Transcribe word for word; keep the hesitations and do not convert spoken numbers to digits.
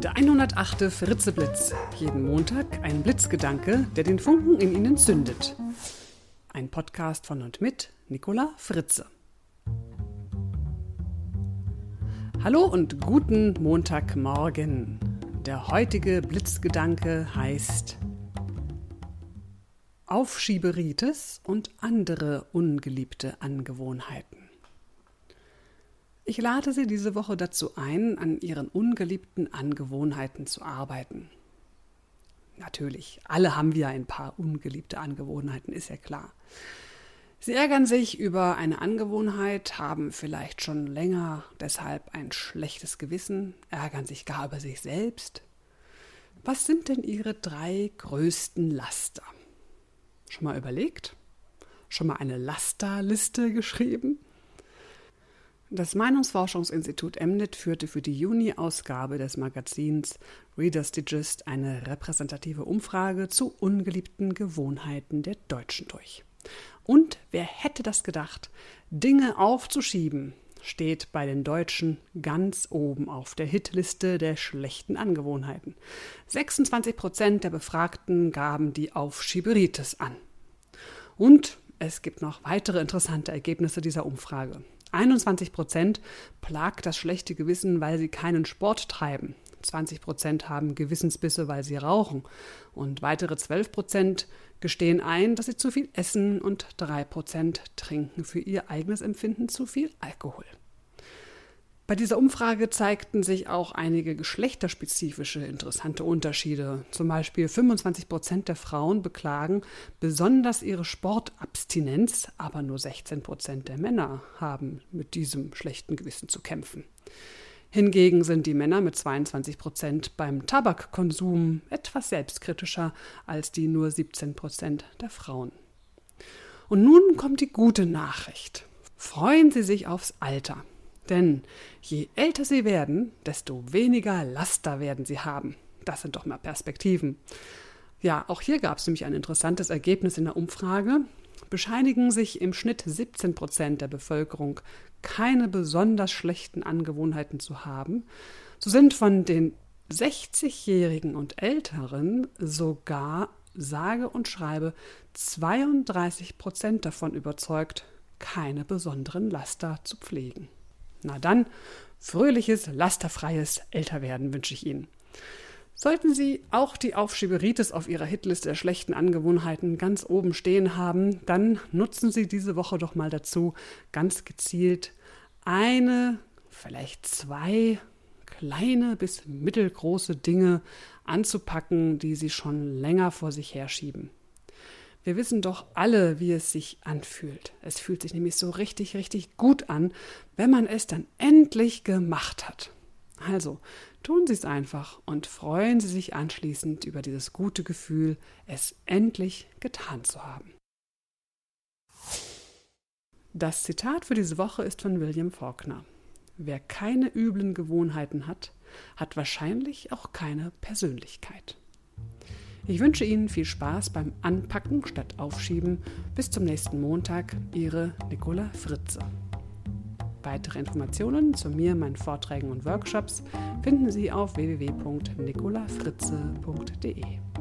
Der hundertachte Fritzeblitz. Jeden Montag ein Blitzgedanke, der den Funken in Ihnen zündet. Ein Podcast von und mit Nicola Fritze. Hallo und guten Montagmorgen. Der heutige Blitzgedanke heißt Aufschieberitis und andere ungeliebte Angewohnheiten. Ich lade Sie diese Woche dazu ein, an Ihren ungeliebten Angewohnheiten zu arbeiten. Natürlich, alle haben wir ein paar ungeliebte Angewohnheiten, ist ja klar. Sie ärgern sich über eine Angewohnheit, haben vielleicht schon länger deshalb ein schlechtes Gewissen, ärgern sich gar über sich selbst. Was sind denn Ihre drei größten Laster? Schon mal überlegt? Schon mal eine Lasterliste geschrieben? Das Meinungsforschungsinstitut Emnet führte für die Juni-Ausgabe des Magazins Reader's Digest eine repräsentative Umfrage zu ungeliebten Gewohnheiten der Deutschen durch. Und wer hätte das gedacht? Dinge aufzuschieben steht bei den Deutschen ganz oben auf der Hitliste der schlechten Angewohnheiten. sechsundzwanzig Prozent der Befragten gaben die Aufschieberitis an. Und es gibt noch weitere interessante Ergebnisse dieser Umfrage. einundzwanzig Prozent plagt das schlechte Gewissen, weil sie keinen Sport treiben. zwanzig Prozent haben Gewissensbisse, weil sie rauchen. Und weitere zwölf Prozent gestehen ein, dass sie zu viel essen und drei Prozent trinken für ihr eigenes Empfinden zu viel Alkohol. Bei dieser Umfrage zeigten sich auch einige geschlechterspezifische interessante Unterschiede. Zum Beispiel fünfundzwanzig Prozent der Frauen beklagen besonders ihre Sportabstinenz, aber nur sechzehn Prozent der Männer haben mit diesem schlechten Gewissen zu kämpfen. Hingegen sind die Männer mit zweiundzwanzig Prozent beim Tabakkonsum etwas selbstkritischer als die nur siebzehn Prozent der Frauen. Und nun kommt die gute Nachricht. Freuen Sie sich aufs Alter. Denn je älter Sie werden, desto weniger Laster werden Sie haben. Das sind doch mal Perspektiven. Ja, auch hier gab es nämlich ein interessantes Ergebnis in der Umfrage. Bescheinigen sich im Schnitt siebzehn Prozent der Bevölkerung, keine besonders schlechten Angewohnheiten zu haben. So sind von den sechzigjährigen und Älteren sogar, sage und schreibe, zweiunddreißig Prozent davon überzeugt, keine besonderen Laster zu pflegen. Na dann, fröhliches, lasterfreies Älterwerden wünsche ich Ihnen. Sollten Sie auch die Aufschieberitis auf Ihrer Hitliste der schlechten Angewohnheiten ganz oben stehen haben, dann nutzen Sie diese Woche doch mal dazu, ganz gezielt eine, vielleicht zwei kleine bis mittelgroße Dinge anzupacken, die Sie schon länger vor sich herschieben. Wir wissen doch alle, wie es sich anfühlt. Es fühlt sich nämlich so richtig, richtig gut an, wenn man es dann endlich gemacht hat. Also, tun Sie es einfach und freuen Sie sich anschließend über dieses gute Gefühl, es endlich getan zu haben. Das Zitat für diese Woche ist von William Faulkner. Wer keine üblen Gewohnheiten hat, hat wahrscheinlich auch keine Persönlichkeit. Ich wünsche Ihnen viel Spaß beim Anpacken statt Aufschieben. Bis zum nächsten Montag, Ihre Nicola Fritze. Weitere Informationen zu mir, meinen Vorträgen und Workshops finden Sie auf w w w punkt nicola fritze punkt d e.